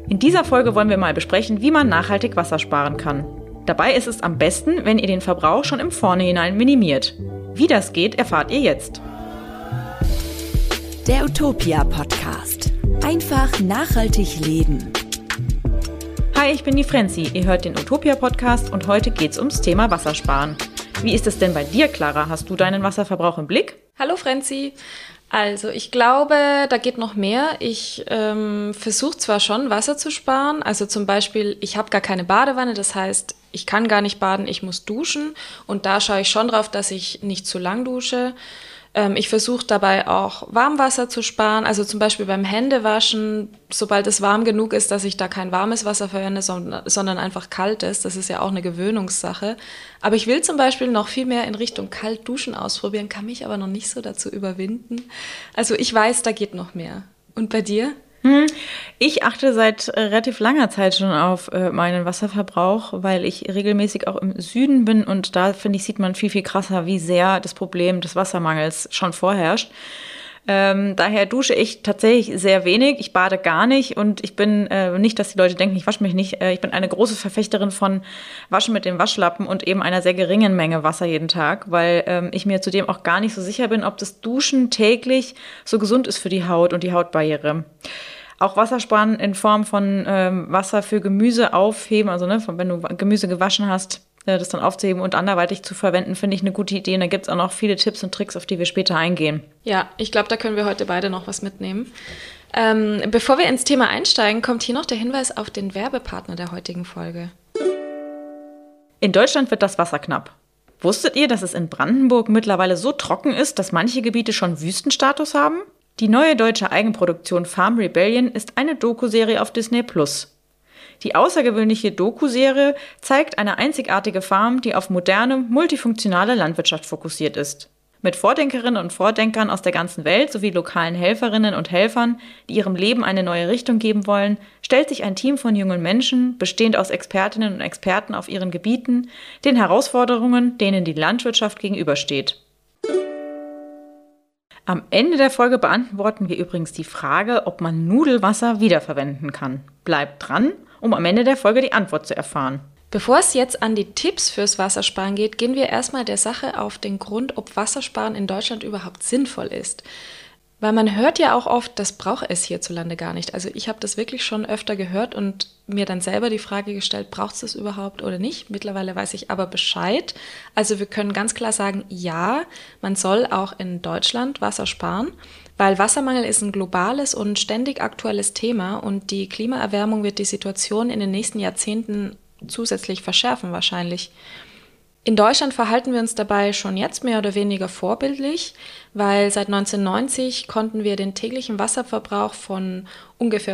In dieser Folge wollen wir mal besprechen, wie man nachhaltig Wasser sparen kann. Dabei ist es am besten, wenn ihr den Verbrauch schon im Vornherein minimiert. Wie das geht, erfahrt ihr jetzt. Der Utopia-Podcast. Einfach nachhaltig leben. Hi, ich bin die Frenzi. Ihr hört den Utopia-Podcast und heute geht's ums Thema Wassersparen. Wie ist es denn bei dir, Clara? Hast du deinen Wasserverbrauch im Blick? Hallo Frenzi. Also ich glaube, da geht noch mehr. Ich versuche zwar schon Wasser zu sparen, also zum Beispiel, ich habe gar keine Badewanne, das heißt, ich kann gar nicht baden, ich muss duschen und da schaue ich schon drauf, dass ich nicht zu lang dusche. Ich versuche dabei auch Warmwasser zu sparen, also zum Beispiel beim Händewaschen, sobald es warm genug ist, dass ich da kein warmes Wasser verwende, sondern einfach kaltes. Das ist ja auch eine Gewöhnungssache. Aber ich will zum Beispiel noch viel mehr in Richtung Kaltduschen ausprobieren, kann mich aber noch nicht so dazu überwinden. Also ich weiß, da geht noch mehr. Und bei dir? Ich achte seit relativ langer Zeit schon auf meinen Wasserverbrauch, weil ich regelmäßig auch im Süden bin und da, finde ich, sieht man viel, viel krasser, wie sehr das Problem des Wassermangels schon vorherrscht. Daher dusche ich tatsächlich sehr wenig, ich bade gar nicht und ich bin nicht, dass die Leute denken, ich wasche mich nicht, ich bin eine große Verfechterin von Waschen mit dem Waschlappen und eben einer sehr geringen Menge Wasser jeden Tag, weil ich mir zudem auch gar nicht so sicher bin, ob das Duschen täglich so gesund ist für die Haut und die Hautbarriere. Auch Wassersparen in Form von Wasser für Gemüse aufheben, also wenn du Gemüse gewaschen hast, das dann aufzuheben und anderweitig zu verwenden, finde ich eine gute Idee. Und da gibt es auch noch viele Tipps und Tricks, auf die wir später eingehen. Ja, ich glaube, da können wir heute beide noch was mitnehmen. Bevor wir ins Thema einsteigen, kommt hier noch der Hinweis auf den Werbepartner der heutigen Folge. In Deutschland wird das Wasser knapp. Wusstet ihr, dass es in Brandenburg mittlerweile so trocken ist, dass manche Gebiete schon Wüstenstatus haben? Die neue deutsche Eigenproduktion Farm Rebellion ist eine Doku-Serie auf Disney+. Die außergewöhnliche Doku-Serie zeigt eine einzigartige Farm, die auf moderne, multifunktionale Landwirtschaft fokussiert ist. Mit Vordenkerinnen und Vordenkern aus der ganzen Welt sowie lokalen Helferinnen und Helfern, die ihrem Leben eine neue Richtung geben wollen, stellt sich ein Team von jungen Menschen, bestehend aus Expertinnen und Experten auf ihren Gebieten, den Herausforderungen, denen die Landwirtschaft gegenübersteht. Am Ende der Folge beantworten wir übrigens die Frage, ob man Nudelwasser wiederverwenden kann. Bleibt dran, um am Ende der Folge die Antwort zu erfahren. Bevor es jetzt an die Tipps fürs Wassersparen geht, gehen wir erstmal der Sache auf den Grund, ob Wassersparen in Deutschland überhaupt sinnvoll ist. Weil man hört ja auch oft, das braucht es hierzulande gar nicht. Also ich habe das wirklich schon öfter gehört und mir dann selber die Frage gestellt, braucht es das überhaupt oder nicht? Mittlerweile weiß ich aber Bescheid. Also wir können ganz klar sagen, ja, man soll auch in Deutschland Wasser sparen, weil Wassermangel ist ein globales und ständig aktuelles Thema und die Klimaerwärmung wird die Situation in den nächsten Jahrzehnten zusätzlich verschärfen wahrscheinlich. In Deutschland verhalten wir uns dabei schon jetzt mehr oder weniger vorbildlich, weil seit 1990 konnten wir den täglichen Wasserverbrauch von ungefähr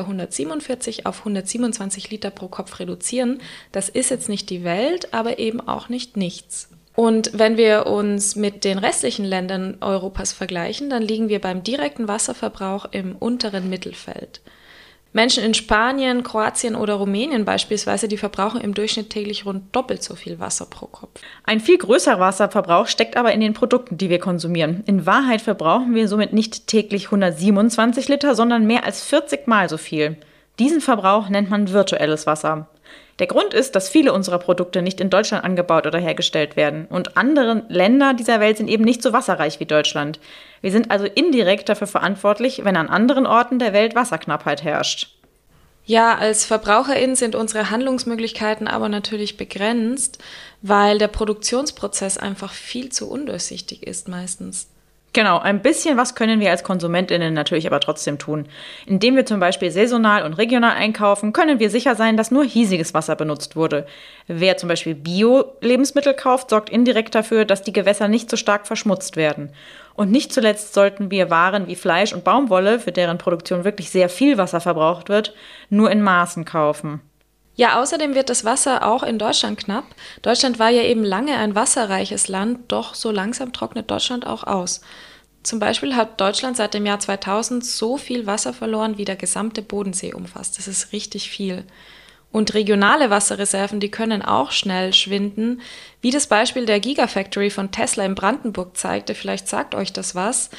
147 auf 127 Liter pro Kopf reduzieren. Das ist jetzt nicht die Welt, aber eben auch nicht nichts. Und wenn wir uns mit den restlichen Ländern Europas vergleichen, dann liegen wir beim direkten Wasserverbrauch im unteren Mittelfeld. Menschen in Spanien, Kroatien oder Rumänien beispielsweise, die verbrauchen im Durchschnitt täglich rund doppelt so viel Wasser pro Kopf. Ein viel größerer Wasserverbrauch steckt aber in den Produkten, die wir konsumieren. In Wahrheit verbrauchen wir somit nicht täglich 127 Liter, sondern mehr als 40 Mal so viel. Diesen Verbrauch nennt man virtuelles Wasser. Der Grund ist, dass viele unserer Produkte nicht in Deutschland angebaut oder hergestellt werden. Und andere Länder dieser Welt sind eben nicht so wasserreich wie Deutschland. Wir sind also indirekt dafür verantwortlich, wenn an anderen Orten der Welt Wasserknappheit herrscht. Ja, als VerbraucherInnen sind unsere Handlungsmöglichkeiten aber natürlich begrenzt, weil der Produktionsprozess einfach viel zu undurchsichtig ist meistens. Genau, ein bisschen was können wir als KonsumentInnen natürlich aber trotzdem tun. Indem wir zum Beispiel saisonal und regional einkaufen, können wir sicher sein, dass nur hiesiges Wasser benutzt wurde. Wer zum Beispiel Bio-Lebensmittel kauft, sorgt indirekt dafür, dass die Gewässer nicht so stark verschmutzt werden. Und nicht zuletzt sollten wir Waren wie Fleisch und Baumwolle, für deren Produktion wirklich sehr viel Wasser verbraucht wird, nur in Maßen kaufen. Ja, außerdem wird das Wasser auch in Deutschland knapp. Deutschland war ja eben lange ein wasserreiches Land, doch so langsam trocknet Deutschland auch aus. Zum Beispiel hat Deutschland seit dem Jahr 2000 so viel Wasser verloren, wie der gesamte Bodensee umfasst. Das ist richtig viel. Und regionale Wasserreserven, die können auch schnell schwinden, wie das Beispiel der Gigafactory von Tesla in Brandenburg zeigte. Vielleicht sagt euch das was.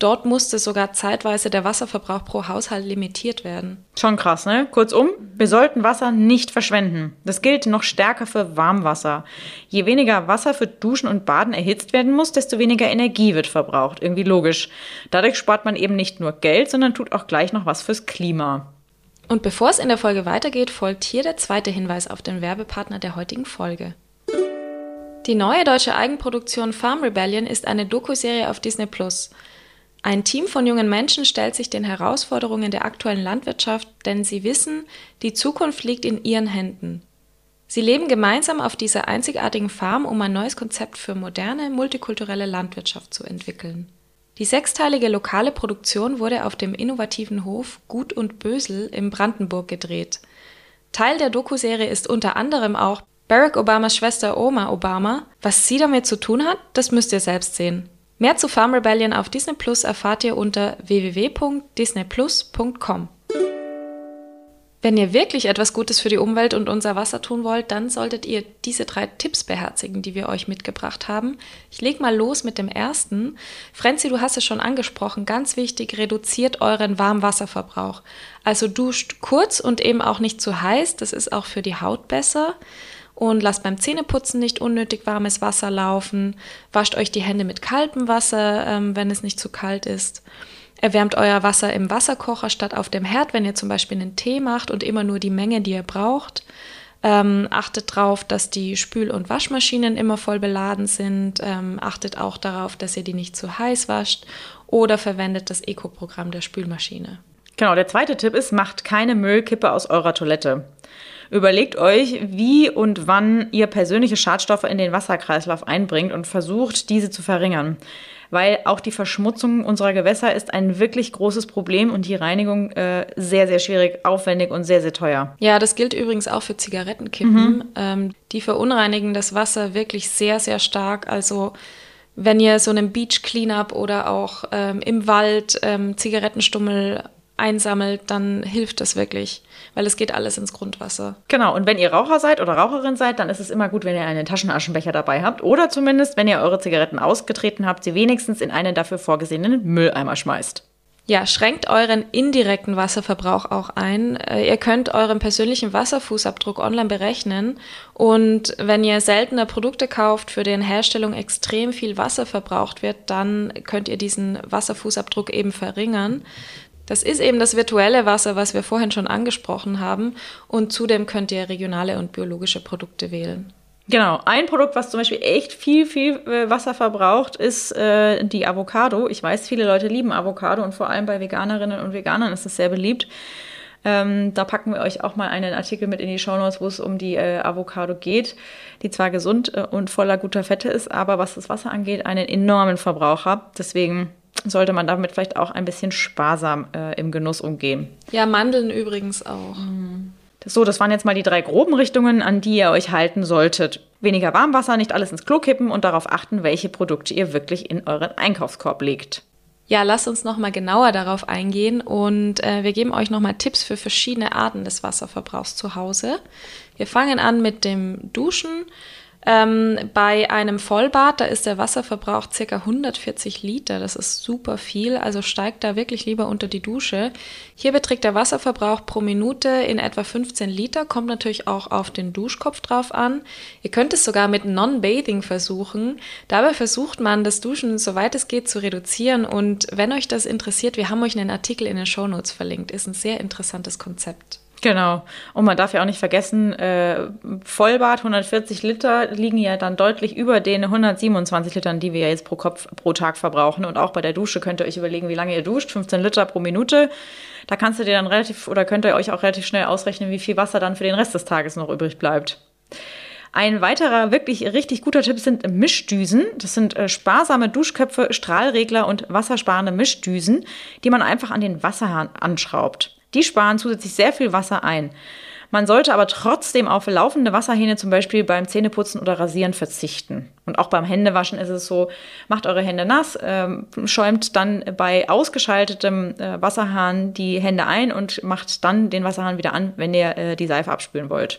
Dort musste sogar zeitweise der Wasserverbrauch pro Haushalt limitiert werden. Schon krass, ne? Kurzum, wir sollten Wasser nicht verschwenden. Das gilt noch stärker für Warmwasser. Je weniger Wasser für Duschen und Baden erhitzt werden muss, desto weniger Energie wird verbraucht. Irgendwie logisch. Dadurch spart man eben nicht nur Geld, sondern tut auch gleich noch was fürs Klima. Und bevor es in der Folge weitergeht, folgt hier der zweite Hinweis auf den Werbepartner der heutigen Folge. Die neue deutsche Eigenproduktion Farm Rebellion ist eine Dokuserie auf Disney+. Ein Team von jungen Menschen stellt sich den Herausforderungen der aktuellen Landwirtschaft, denn sie wissen, die Zukunft liegt in ihren Händen. Sie leben gemeinsam auf dieser einzigartigen Farm, um ein neues Konzept für moderne, multikulturelle Landwirtschaft zu entwickeln. Die sechsteilige lokale Produktion wurde auf dem innovativen Hof Gut und Bösel in Brandenburg gedreht. Teil der Dokuserie ist unter anderem auch Barack Obamas Schwester Oma Obama. Was sie damit zu tun hat, das müsst ihr selbst sehen. Mehr zu Farm Rebellion auf Disney Plus erfahrt ihr unter www.disneyplus.com. Wenn ihr wirklich etwas Gutes für die Umwelt und unser Wasser tun wollt, dann solltet ihr diese 3 Tipps beherzigen, die wir euch mitgebracht haben. Ich lege mal los mit dem ersten. Franzi, du hast es schon angesprochen, ganz wichtig, reduziert euren Warmwasserverbrauch. Also duscht kurz und eben auch nicht zu heiß, das ist auch für die Haut besser. Und lasst beim Zähneputzen nicht unnötig warmes Wasser laufen. Wascht euch die Hände mit kaltem Wasser, wenn es nicht zu kalt ist. Erwärmt euer Wasser im Wasserkocher statt auf dem Herd, wenn ihr zum Beispiel einen Tee macht und immer nur die Menge, die ihr braucht. Achtet darauf, dass die Spül- und Waschmaschinen immer voll beladen sind. Achtet auch darauf, dass ihr die nicht zu heiß wascht. Oder verwendet das Eco-Programm der Spülmaschine. Genau, der zweite Tipp ist, macht keine Müllkippe aus eurer Toilette. Überlegt euch, wie und wann ihr persönliche Schadstoffe in den Wasserkreislauf einbringt und versucht, diese zu verringern. Weil auch die Verschmutzung unserer Gewässer ist ein wirklich großes Problem und die Reinigung sehr, sehr schwierig, aufwendig und sehr, sehr teuer. Ja, das gilt übrigens auch für Zigarettenkippen. Die verunreinigen das Wasser wirklich sehr, sehr stark. Also wenn ihr so einen Beach Cleanup oder auch im Wald Zigarettenstummel einsammelt, dann hilft das wirklich, weil es geht alles ins Grundwasser. Genau, und wenn ihr Raucher seid oder Raucherin seid, dann ist es immer gut, wenn ihr einen Taschenaschenbecher dabei habt oder zumindest, wenn ihr eure Zigaretten ausgetreten habt, sie wenigstens in einen dafür vorgesehenen Mülleimer schmeißt. Ja, schränkt euren indirekten Wasserverbrauch auch ein. Ihr könnt euren persönlichen Wasserfußabdruck online berechnen und wenn ihr seltener Produkte kauft, für deren Herstellung extrem viel Wasser verbraucht wird, dann könnt ihr diesen Wasserfußabdruck eben verringern. Das ist eben das virtuelle Wasser, was wir vorhin schon angesprochen haben. Und zudem könnt ihr regionale und biologische Produkte wählen. Genau, ein Produkt, was zum Beispiel echt viel Wasser verbraucht, ist die Avocado. Ich weiß, viele Leute lieben Avocado und vor allem bei Veganerinnen und Veganern ist es sehr beliebt. Da packen wir euch auch mal einen Artikel mit in die Shownotes, wo es um die Avocado geht, die zwar gesund und voller guter Fette ist, aber was das Wasser angeht, einen enormen Verbrauch hat. Deswegen sollte man damit vielleicht auch ein bisschen sparsam im Genuss umgehen. Ja, Mandeln übrigens auch. So, das waren jetzt mal die 3 groben Richtungen, an die ihr euch halten solltet. Weniger Warmwasser, nicht alles ins Klo kippen und darauf achten, welche Produkte ihr wirklich in euren Einkaufskorb legt. Ja, lasst uns nochmal genauer darauf eingehen und wir geben euch nochmal Tipps für verschiedene Arten des Wasserverbrauchs zu Hause. Wir fangen an mit dem Duschen. Bei einem Vollbad, da ist der Wasserverbrauch ca. 140 Liter, das ist super viel, also steigt da wirklich lieber unter die Dusche. Hier beträgt der Wasserverbrauch pro Minute in etwa 15 Liter, kommt natürlich auch auf den Duschkopf drauf an. Ihr könnt es sogar mit Non-Bathing versuchen. Dabei versucht man, das Duschen, soweit es geht, zu reduzieren und wenn euch das interessiert, wir haben euch einen Artikel in den Shownotes verlinkt, ist ein sehr interessantes Konzept. Genau. Und man darf ja auch nicht vergessen, Vollbad 140 Liter liegen ja dann deutlich über den 127 Litern, die wir ja jetzt pro Kopf pro Tag verbrauchen. Und auch bei der Dusche könnt ihr euch überlegen, wie lange ihr duscht. 15 Liter pro Minute. Da könnt ihr euch auch relativ schnell ausrechnen, wie viel Wasser dann für den Rest des Tages noch übrig bleibt. Ein weiterer wirklich richtig guter Tipp sind Mischdüsen. Das sind sparsame Duschköpfe, Strahlregler und wassersparende Mischdüsen, die man einfach an den Wasserhahn anschraubt. Die sparen zusätzlich sehr viel Wasser ein. Man sollte aber trotzdem auf laufende Wasserhähne zum Beispiel beim Zähneputzen oder Rasieren verzichten. Und auch beim Händewaschen ist es so, macht eure Hände nass, schäumt dann bei ausgeschaltetem Wasserhahn die Hände ein und macht dann den Wasserhahn wieder an, wenn ihr die Seife abspülen wollt.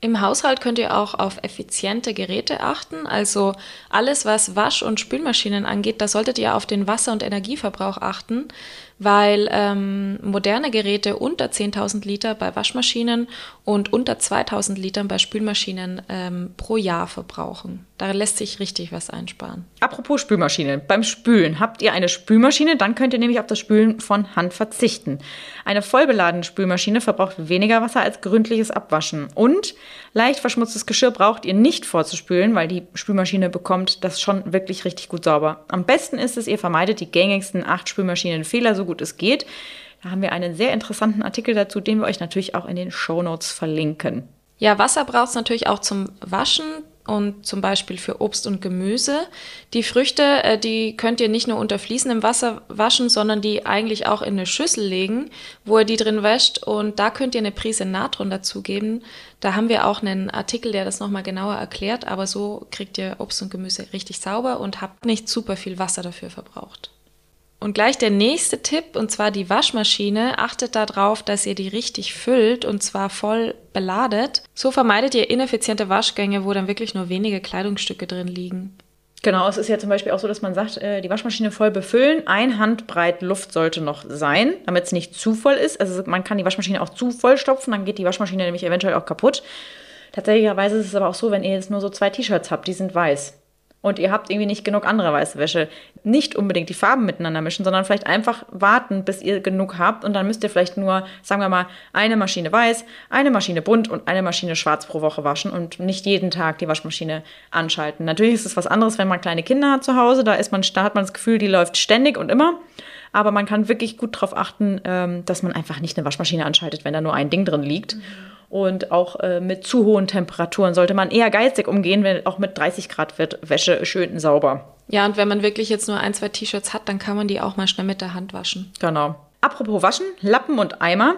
Im Haushalt könnt ihr auch auf effiziente Geräte achten. Also alles, was Wasch- und Spülmaschinen angeht, da solltet ihr auf den Wasser- und Energieverbrauch achten, weil moderne Geräte unter 10.000 Liter bei Waschmaschinen und unter 2.000 Litern bei Spülmaschinen pro Jahr verbrauchen. Da lässt sich richtig was einsparen. Apropos Spülmaschine. Beim Spülen habt ihr eine Spülmaschine, dann könnt ihr nämlich auf das Spülen von Hand verzichten. Eine vollbeladene Spülmaschine verbraucht weniger Wasser als gründliches Abwaschen. Und leicht verschmutztes Geschirr braucht ihr nicht vorzuspülen, weil die Spülmaschine bekommt das schon wirklich richtig gut sauber. Am besten ist es, ihr vermeidet die gängigsten 8 Spülmaschinenfehler, so gut es geht. Da haben wir einen sehr interessanten Artikel dazu, den wir euch natürlich auch in den Shownotes verlinken. Ja, Wasser braucht es natürlich auch zum Waschen und zum Beispiel für Obst und Gemüse. Die Früchte, die könnt ihr nicht nur unter fließendem Wasser waschen, sondern die eigentlich auch in eine Schüssel legen, wo ihr die drin wäscht. Und da könnt ihr eine Prise Natron dazugeben. Da haben wir auch einen Artikel, der das nochmal genauer erklärt. Aber so kriegt ihr Obst und Gemüse richtig sauber und habt nicht super viel Wasser dafür verbraucht. Und gleich der nächste Tipp, und zwar die Waschmaschine. Achtet darauf, dass ihr die richtig füllt und zwar voll beladet. So vermeidet ihr ineffiziente Waschgänge, wo dann wirklich nur wenige Kleidungsstücke drin liegen. Genau, es ist ja zum Beispiel auch so, dass man sagt, die Waschmaschine voll befüllen. 1 Handbreit Luft sollte noch sein, damit es nicht zu voll ist. Also man kann die Waschmaschine auch zu voll stopfen, dann geht die Waschmaschine nämlich eventuell auch kaputt. Tatsächlicherweise ist es aber auch so, wenn ihr jetzt nur so 2 T-Shirts habt, die sind weiß. Und ihr habt irgendwie nicht genug andere weiße Wäsche. Nicht unbedingt die Farben miteinander mischen, sondern vielleicht einfach warten, bis ihr genug habt. Und dann müsst ihr vielleicht nur, sagen wir mal, eine Maschine weiß, eine Maschine bunt und eine Maschine schwarz pro Woche waschen und nicht jeden Tag die Waschmaschine anschalten. Natürlich ist es was anderes, wenn man kleine Kinder hat zu Hause. Da hat man das Gefühl, die läuft ständig und immer. Aber man kann wirklich gut darauf achten, dass man einfach nicht eine Waschmaschine anschaltet, wenn da nur ein Ding drin liegt. Und auch mit zu hohen Temperaturen sollte man eher geizig umgehen, wenn auch mit 30 Grad wird Wäsche schön sauber. Ja, und wenn man wirklich jetzt nur 1, 2 T-Shirts hat, dann kann man die auch mal schnell mit der Hand waschen. Genau. Apropos Waschen, Lappen und Eimer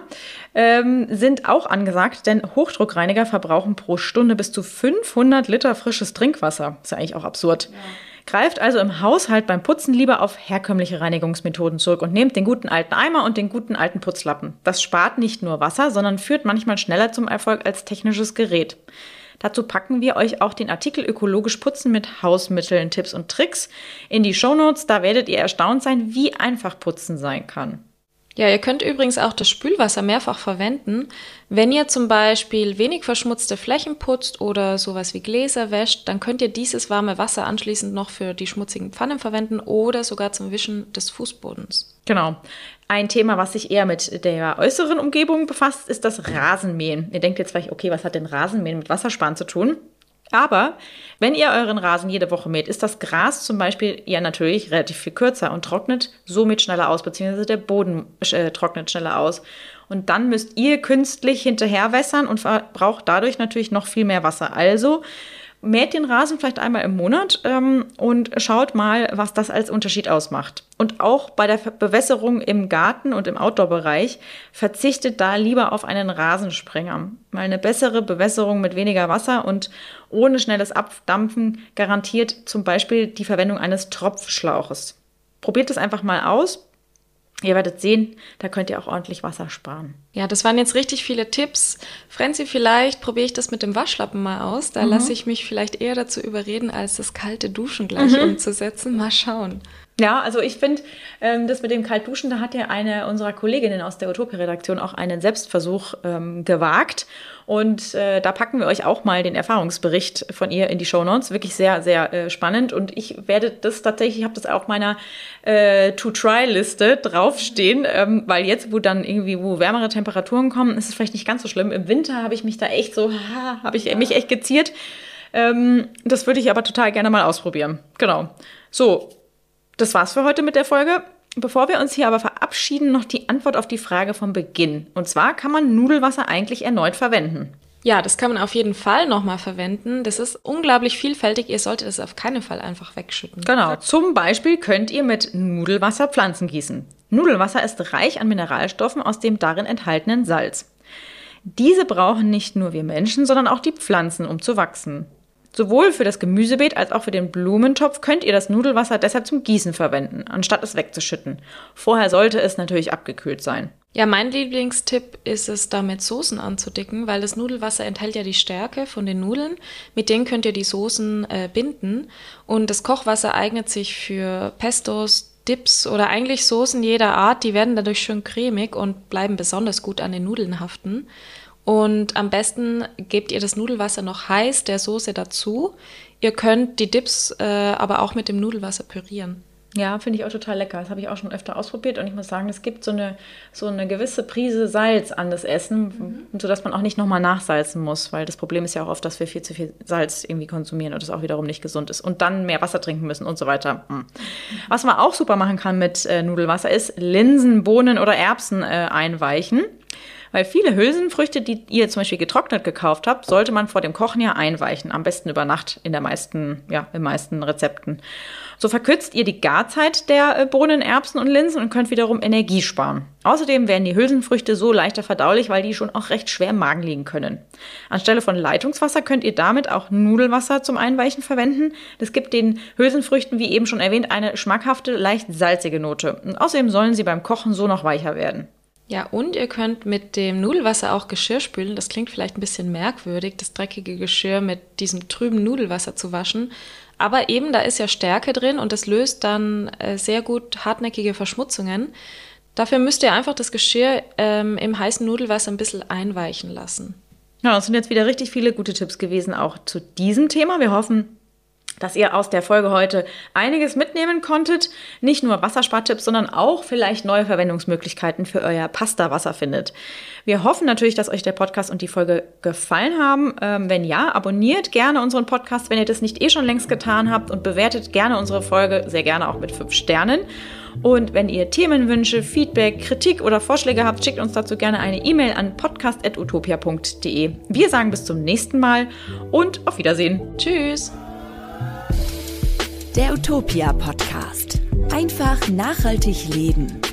sind auch angesagt, denn Hochdruckreiniger verbrauchen pro Stunde bis zu 500 Liter frisches Trinkwasser. Ist ja eigentlich auch absurd. Ja. Greift also im Haushalt beim Putzen lieber auf herkömmliche Reinigungsmethoden zurück und nehmt den guten alten Eimer und den guten alten Putzlappen. Das spart nicht nur Wasser, sondern führt manchmal schneller zum Erfolg als technisches Gerät. Dazu packen wir euch auch den Artikel Ökologisch Putzen mit Hausmitteln, Tipps und Tricks in die Shownotes. Da werdet ihr erstaunt sein, wie einfach Putzen sein kann. Ja, ihr könnt übrigens auch das Spülwasser mehrfach verwenden. Wenn ihr zum Beispiel wenig verschmutzte Flächen putzt oder sowas wie Gläser wäscht, dann könnt ihr dieses warme Wasser anschließend noch für die schmutzigen Pfannen verwenden oder sogar zum Wischen des Fußbodens. Genau. Ein Thema, was sich eher mit der äußeren Umgebung befasst, ist das Rasenmähen. Ihr denkt jetzt vielleicht, okay, was hat denn Rasenmähen mit Wassersparen zu tun? Aber wenn ihr euren Rasen jede Woche mäht, ist das Gras zum Beispiel ja natürlich relativ viel kürzer und trocknet somit schneller aus, beziehungsweise der Boden trocknet schneller aus. Und dann müsst ihr künstlich hinterher wässern und verbraucht dadurch natürlich noch viel mehr Wasser. Also mäht den Rasen vielleicht einmal im Monat und schaut mal, was das als Unterschied ausmacht. Und auch bei der Bewässerung im Garten und im Outdoor-Bereich verzichtet da lieber auf einen Rasensprenger. Weil eine bessere Bewässerung mit weniger Wasser und ohne schnelles Abdampfen garantiert zum Beispiel die Verwendung eines Tropfschlauches. Probiert es einfach mal aus. Ihr werdet sehen, da könnt ihr auch ordentlich Wasser sparen. Ja, das waren jetzt richtig viele Tipps. Franzi, vielleicht probiere ich das mit dem Waschlappen mal aus. Da lasse ich mich vielleicht eher dazu überreden, als das kalte Duschen gleich umzusetzen. Mal schauen. Ja, also ich finde, das mit dem Kaltduschen, da hat ja eine unserer Kolleginnen aus der Utopia-Redaktion auch einen Selbstversuch gewagt. Und da packen wir euch auch mal den Erfahrungsbericht von ihr in die Shownotes. Wirklich sehr, sehr spannend. Und ich werde das tatsächlich, ich habe das auf meiner To-Try-Liste draufstehen, weil jetzt, wo wärmere Temperaturen kommen, ist es vielleicht nicht ganz so schlimm. Im Winter habe ich mich da echt mich echt geziert. Das würde ich aber total gerne mal ausprobieren. Genau. So. Das war's für heute mit der Folge. Bevor wir uns hier aber verabschieden, noch die Antwort auf die Frage vom Beginn. Und zwar, kann man Nudelwasser eigentlich erneut verwenden? Ja, das kann man auf jeden Fall nochmal verwenden. Das ist unglaublich vielfältig. Ihr solltet es auf keinen Fall einfach wegschütten. Genau. Zum Beispiel könnt ihr mit Nudelwasser Pflanzen gießen. Nudelwasser ist reich an Mineralstoffen aus dem darin enthaltenen Salz. Diese brauchen nicht nur wir Menschen, sondern auch die Pflanzen, um zu wachsen. Sowohl für das Gemüsebeet als auch für den Blumentopf könnt ihr das Nudelwasser deshalb zum Gießen verwenden, anstatt es wegzuschütten. Vorher sollte es natürlich abgekühlt sein. Ja, mein Lieblingstipp ist es, damit Soßen anzudicken, weil das Nudelwasser enthält ja die Stärke von den Nudeln. Mit denen könnt ihr die Soßen binden. Und das Kochwasser eignet sich für Pestos, Dips oder eigentlich Soßen jeder Art. Die werden dadurch schön cremig und bleiben besonders gut an den Nudeln haften. Und am besten gebt ihr das Nudelwasser noch heiß der Soße dazu. Ihr könnt die Dips aber auch mit dem Nudelwasser pürieren. Ja, finde ich auch total lecker. Das habe ich auch schon öfter ausprobiert und ich muss sagen, es gibt so eine gewisse Prise Salz an das Essen, sodass man auch nicht nochmal nachsalzen muss, weil das Problem ist ja auch oft, dass wir viel zu viel Salz irgendwie konsumieren und das auch wiederum nicht gesund ist und dann mehr Wasser trinken müssen und so weiter. Was man auch super machen kann mit Nudelwasser ist Linsen, Bohnen oder Erbsen einweichen. Weil viele Hülsenfrüchte, die ihr zum Beispiel getrocknet gekauft habt, sollte man vor dem Kochen ja einweichen. Am besten über Nacht in den meisten Rezepten. So verkürzt ihr die Garzeit der Bohnen, Erbsen und Linsen und könnt wiederum Energie sparen. Außerdem werden die Hülsenfrüchte so leichter verdaulich, weil die schon auch recht schwer im Magen liegen können. Anstelle von Leitungswasser könnt ihr damit auch Nudelwasser zum Einweichen verwenden. Das gibt den Hülsenfrüchten, wie eben schon erwähnt, eine schmackhafte, leicht salzige Note. Und außerdem sollen sie beim Kochen so noch weicher werden. Ja, und ihr könnt mit dem Nudelwasser auch Geschirr spülen. Das klingt vielleicht ein bisschen merkwürdig, das dreckige Geschirr mit diesem trüben Nudelwasser zu waschen. Aber eben, da ist ja Stärke drin und das löst dann sehr gut hartnäckige Verschmutzungen. Dafür müsst ihr einfach das Geschirr im heißen Nudelwasser ein bisschen einweichen lassen. Ja, das sind jetzt wieder richtig viele gute Tipps gewesen, auch zu diesem Thema. Wir hoffen, dass ihr aus der Folge heute einiges mitnehmen konntet. Nicht nur Wasserspartipps, sondern auch vielleicht neue Verwendungsmöglichkeiten für euer Pastawasser findet. Wir hoffen natürlich, dass euch der Podcast und die Folge gefallen haben. Wenn ja, abonniert gerne unseren Podcast, wenn ihr das nicht schon längst getan habt und bewertet gerne unsere Folge, sehr gerne auch mit 5 Sternen. Und wenn ihr Themenwünsche, Feedback, Kritik oder Vorschläge habt, schickt uns dazu gerne eine E-Mail an podcast@utopia.de. Wir sagen bis zum nächsten Mal und auf Wiedersehen. Tschüss! Der Utopia Podcast. Einfach nachhaltig leben.